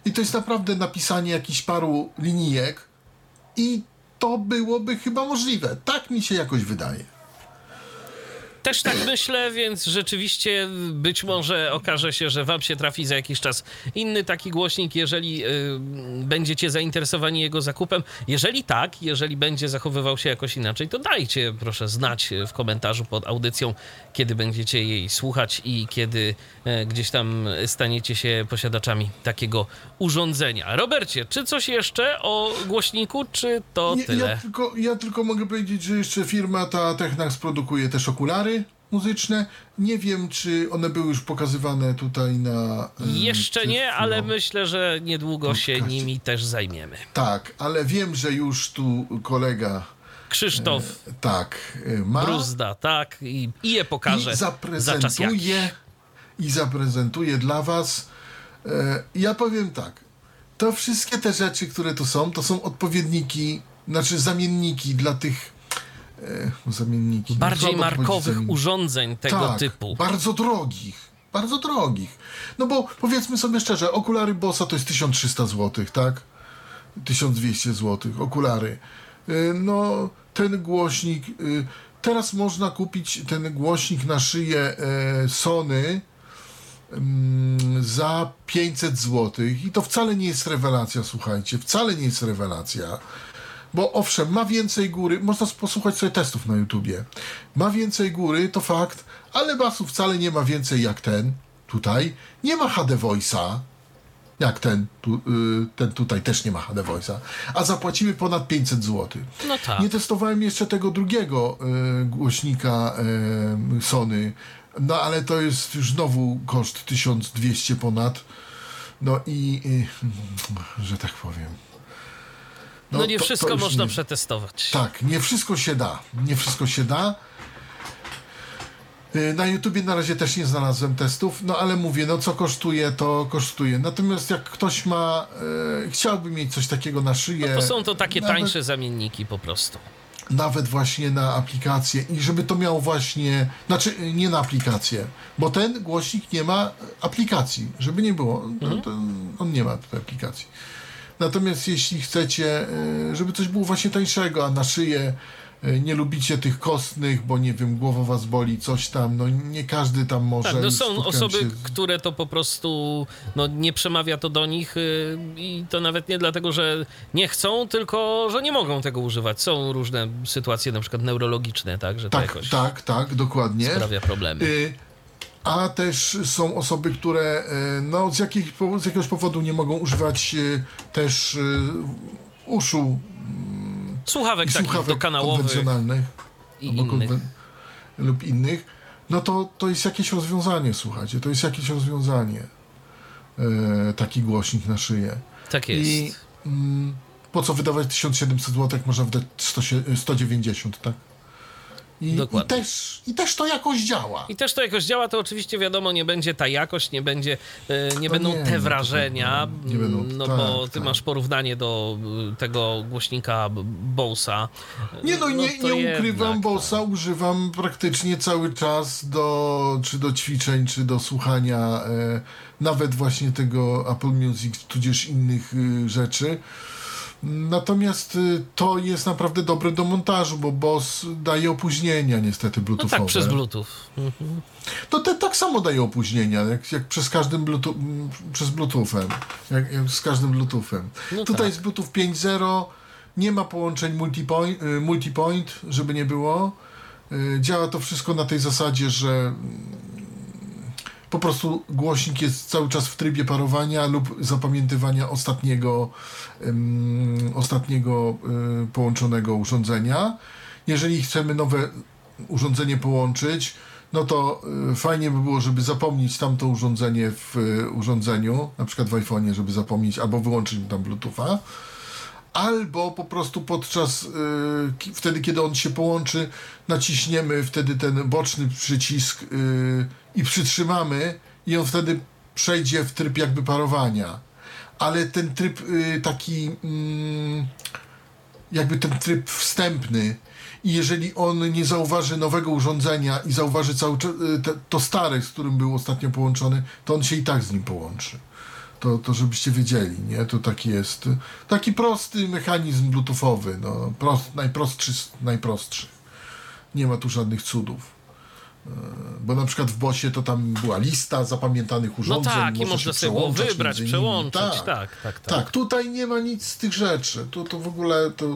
I to jest naprawdę napisanie jakichś paru linijek i to byłoby chyba możliwe. Tak mi się jakoś wydaje. Też tak myślę, więc rzeczywiście być może okaże się, że wam się trafi za jakiś czas inny taki głośnik, jeżeli będziecie zainteresowani jego zakupem. Jeżeli tak, jeżeli będzie zachowywał się jakoś inaczej, to dajcie proszę znać w komentarzu pod audycją, kiedy będziecie jej słuchać i kiedy gdzieś tam staniecie się posiadaczami takiego urządzenia. Robercie, czy coś jeszcze o głośniku, czy to tyle? Ja tylko mogę powiedzieć, że jeszcze firma ta Technax produkuje też okulary muzyczne. Nie wiem, czy one były już pokazywane tutaj na... Jeszcze nie, ale myślę, że niedługo się nimi też zajmiemy. Tak, ale wiem, że już tu kolega Krzysztof ma Bruzda, tak, i je pokaże za czas jakiś. I zaprezentuje dla was. Ja powiem tak, to wszystkie te rzeczy, które tu są, to są odpowiedniki, znaczy zamienniki dla tych zamienniki. Bardziej markowych urządzeń tego typu. Bardzo drogich. No bo powiedzmy sobie szczerze, okulary Bossa to jest 1300 zł, tak? 1200 zł, okulary. No, ten głośnik, teraz można kupić ten głośnik na szyję Sony za 500 zł i to wcale nie jest rewelacja, słuchajcie, wcale nie jest rewelacja. Bo owszem, ma więcej góry, można posłuchać sobie testów na YouTubie. Ma więcej góry, to fakt, ale basu wcale nie ma więcej jak ten tutaj. Nie ma HD Voice'a, jak ten tutaj też nie ma HD Voice'a, a zapłacimy ponad 500 zł. No tak. Nie testowałem jeszcze tego drugiego głośnika Sony, no ale to jest już znowu koszt 1200 ponad. No i że tak powiem. No nie wszystko można nie przetestować. Tak, nie wszystko się da. Na YouTubie na razie też nie znalazłem testów, no ale mówię, no co kosztuje, to kosztuje. Natomiast jak ktoś ma, chciałby mieć coś takiego na szyję... No to są to takie tańsze zamienniki po prostu. Nawet właśnie na aplikację i żeby to miało właśnie, znaczy nie na aplikację, bo ten głośnik nie ma aplikacji, żeby nie było, on nie ma tej aplikacji. Natomiast jeśli chcecie, żeby coś było właśnie tańszego, a na szyję nie lubicie tych kostnych, bo nie wiem, głowa was boli, coś tam, no nie każdy tam może. Tak, no są osoby, które to po prostu, no nie przemawia to do nich i to nawet nie dlatego, że nie chcą, tylko, że nie mogą tego używać. Są różne sytuacje, na przykład neurologiczne, tak? Że to jakoś tak, dokładnie. Sprawia problemy. A też są osoby, które no, z jakiegoś powodu nie mogą używać też uszu słuchawek takich dokanałowych konwencjonalnych i innych. Lub innych. No to jest jakieś rozwiązanie, słuchajcie. To jest jakieś rozwiązanie. Taki głośnik na szyję. Tak jest. I po co wydawać 1700 zł, jak można wydać 190, tak? I też to jakoś działa. I też to jakoś działa, to oczywiście wiadomo, nie będzie ta jakość, nie będą te wrażenia, bo ty masz porównanie do tego głośnika Bossa. Nie ukrywam, Bossa używam praktycznie cały czas czy do ćwiczeń, czy do słuchania nawet właśnie tego Apple Music, tudzież innych rzeczy. Natomiast to jest naprawdę dobre do montażu, bo Boss daje opóźnienia niestety bluetoothowe. No tak, przez Bluetooth. To tak samo daje opóźnienia, jak przez każdym przez Bluetoothem. Jak z każdym Bluetoothem. No tutaj tak. jest Bluetooth 5.0, nie ma połączeń multipoint, żeby nie było. Działa to wszystko na tej zasadzie, że po prostu głośnik jest cały czas w trybie parowania lub zapamiętywania ostatniego połączonego urządzenia. Jeżeli chcemy nowe urządzenie połączyć, no to fajnie by było, żeby zapomnieć tamto urządzenie w urządzeniu, na przykład w iPhone'ie, żeby zapomnieć albo wyłączyć tam Bluetootha, albo po prostu wtedy, kiedy on się połączy, naciśniemy wtedy ten boczny przycisk i przytrzymamy i on wtedy przejdzie w tryb jakby parowania. Ale ten tryb jakby ten tryb wstępny i jeżeli on nie zauważy nowego urządzenia i zauważy cały czas to stare, z którym był ostatnio połączony, to on się i tak z nim połączy. To żebyście wiedzieli, nie? To taki jest, taki prosty mechanizm bluetoothowy, no, najprostszy z najprostszych. Nie ma tu żadnych cudów. Bo na przykład w BOSie to tam była lista zapamiętanych urządzeń. No tak, i można sobie było wybrać, przełączyć, tak. Tutaj nie ma nic z tych rzeczy. To w ogóle to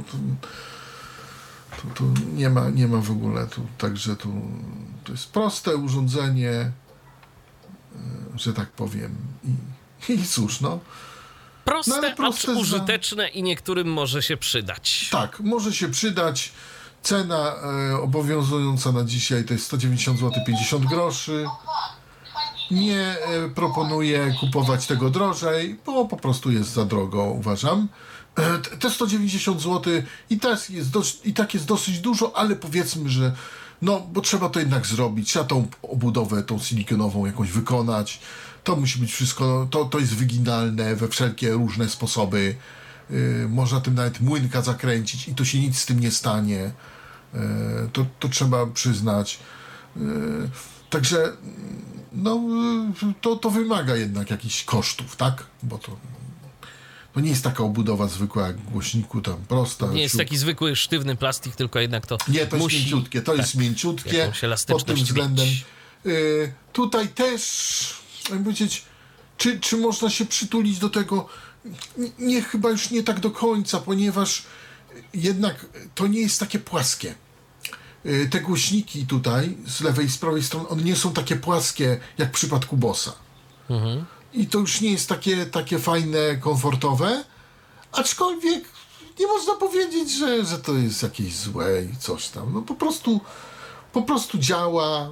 nie ma w ogóle tu, także to jest proste urządzenie, że tak powiem. I cóż, no. Proste, acz użyteczne i niektórym może się przydać. Tak, może się przydać. Cena obowiązująca na dzisiaj to jest 190 zł 50 groszy. Nie proponuję kupować tego drożej, bo po prostu jest za drogo, uważam. Te 190 zł i tak jest dosyć dużo, ale powiedzmy, że no, bo trzeba to jednak zrobić. Trzeba tą obudowę, tą silikonową jakąś wykonać. To musi być wszystko, to jest wyginalne we wszelkie różne sposoby. Można tym nawet młynka zakręcić i to się nic z tym nie stanie. To trzeba przyznać. Także no, to wymaga jednak jakichś kosztów, tak? Bo to nie jest taka obudowa zwykła jak w głośniku, tam prosta. Nie jest taki zwykły, sztywny plastik, tylko jednak to nie, to jest mięciutkie. To jest mięciutkie pod tym względem. Tutaj też, jak powiedzieć, czy można się przytulić do tego? Nie, chyba już nie tak do końca, ponieważ jednak to nie jest takie płaskie. Te głośniki tutaj z lewej i z prawej strony, one nie są takie płaskie jak w przypadku BOSa. I to już nie jest takie fajne, komfortowe, aczkolwiek nie można powiedzieć, że to jest jakieś złe i coś tam. No po prostu działa,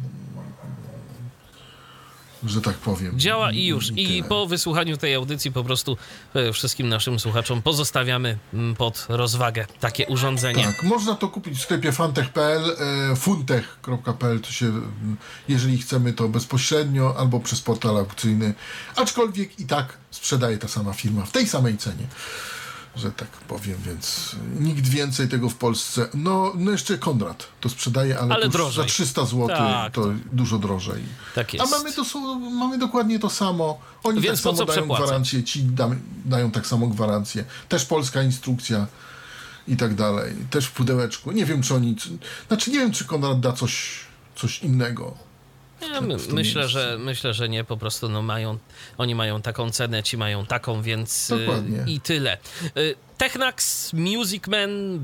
że tak powiem. Działa i już. I po wysłuchaniu tej audycji po prostu wszystkim naszym słuchaczom pozostawiamy pod rozwagę takie urządzenie. Tak, można to kupić w sklepie fantech.pl, funtech.pl, to się, jeżeli chcemy, to bezpośrednio albo przez portal aukcyjny, aczkolwiek i tak sprzedaje ta sama firma w tej samej cenie, że tak powiem, więc nikt więcej tego w Polsce. No jeszcze Konrad to sprzedaje, ale to za 300 zł, tak, to dużo drożej. Tak jest. A mamy dokładnie to samo. Oni więc tak samo dają gwarancję, ci dają tak samo gwarancję. Też polska instrukcja i tak dalej. Też w pudełeczku. Nie wiem, czy oni... Znaczy, nie wiem, czy Konrad da coś innego. Ja myślę, że nie, po prostu no oni mają taką cenę, ci mają taką, więc i tyle. Technax Musicman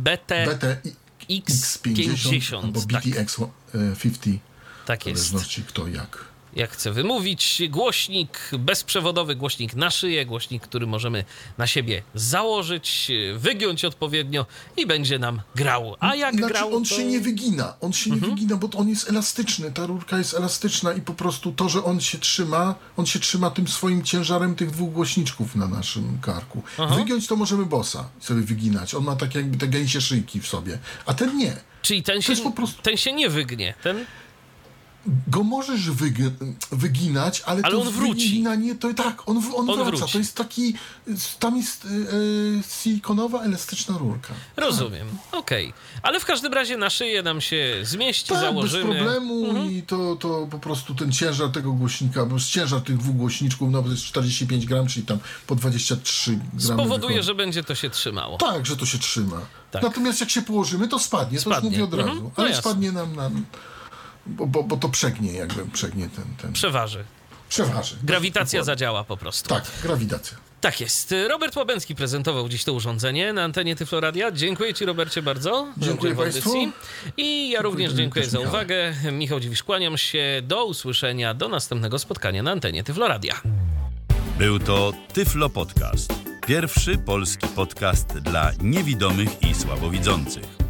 BT-X50 albo BTX50. Tak jest. W zależności kto jak chce wymówić. Głośnik, bezprzewodowy głośnik na szyję, głośnik, który możemy na siebie założyć, wygiąć odpowiednio i będzie nam grał. A jak grał, on się nie wygina. On się nie wygina, bo on jest elastyczny. Ta rurka jest elastyczna i po prostu to, że on się trzyma tym swoim ciężarem tych dwóch głośniczków na naszym karku. Wygiąć to możemy BOSa sobie wyginać. On ma tak jakby te gęsie szyjki w sobie, a ten nie. Czyli ten się nie wygnie. Go możesz wyginać, ale to on wróci. Wyginanie, to tak, on wraca. Wróci. To jest taki, tam jest silikonowa, elastyczna rurka. Rozumiem, okej. Ale w każdym razie na szyję nam się zmieści, założymy. Bez problemu i to po prostu ten ciężar tego głośnika, bo ciężar tych dwóch głośniczków, no to jest 45 gram, czyli tam po 23 gramy. Spowoduje, że będzie to się trzymało. Tak, że to się trzyma. Tak. Natomiast jak się położymy, to spadnie. To już mówię od razu. Ale jasne. spadnie nam bo to przegnie ten... Przeważy. Grawitacja zadziała po prostu. Tak, grawitacja. Tak jest. Robert Łabęcki prezentował dziś to urządzenie na antenie Tyflo Radia. Dziękuję ci, Robercie, bardzo. Dziękuję państwu. I ja również dziękuję za uwagę. Michał Dziwisz, kłaniam się. Do usłyszenia, do następnego spotkania na antenie Tyflo Radia. Był to Tyflo Podcast. Pierwszy polski podcast dla niewidomych i słabowidzących.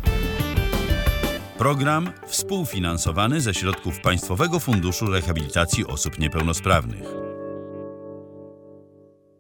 Program współfinansowany ze środków Państwowego Funduszu Rehabilitacji Osób Niepełnosprawnych.